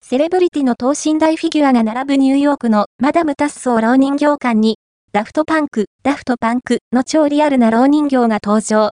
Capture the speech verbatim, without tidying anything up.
セレブリティの等身大フィギュアが並ぶニューヨークのマダムタッソー蝋人形館に、ダフトパンク、ダフトパンクの超リアルな蝋人形が登場。